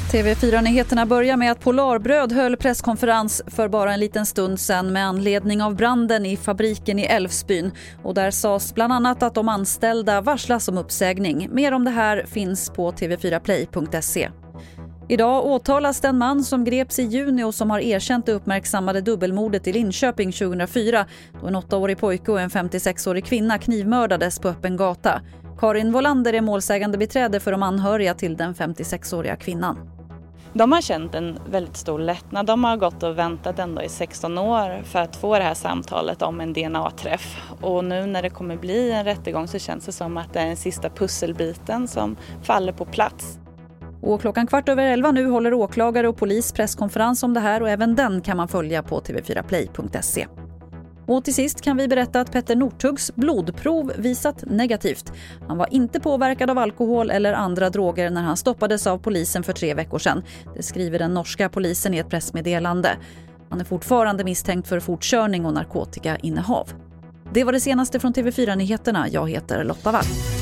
TV4-nyheterna börjar med att Polarbröd höll presskonferens för bara en liten stund sedan med anledning av branden i fabriken i Älvsbyn. Och där sades bland annat att de anställda varslas om uppsägning. Mer om det här finns på tv4play.se. Idag åtalas den man som greps i juni och som har erkänt det uppmärksammade dubbelmordet i Linköping 2004 då en 8-årig pojke och en 56-årig kvinna knivmördades på öppen gata. Karin Volander är målsägande beträde för de anhöriga till den 56-åriga kvinnan. De har känt en väldigt stor lättnad. De har gått och väntat ändå i 16 år för att få det här samtalet om en DNA-träff. Och nu när det kommer bli en rättegång så känns det som att det är den sista pusselbiten som faller på plats. Och 11:15 nu håller åklagare och polis presskonferens om det här och även den kan man följa på tv4play.se. Och till sist kan vi berätta att Petter Northugs blodprov visat negativt. Han var inte påverkad av alkohol eller andra droger när han stoppades av polisen för 3 veckor sedan. Det skriver den norska polisen i ett pressmeddelande. Han är fortfarande misstänkt för fortkörning och narkotikainnehav. Det var det senaste från TV4-nyheterna. Jag heter Lotta Wall.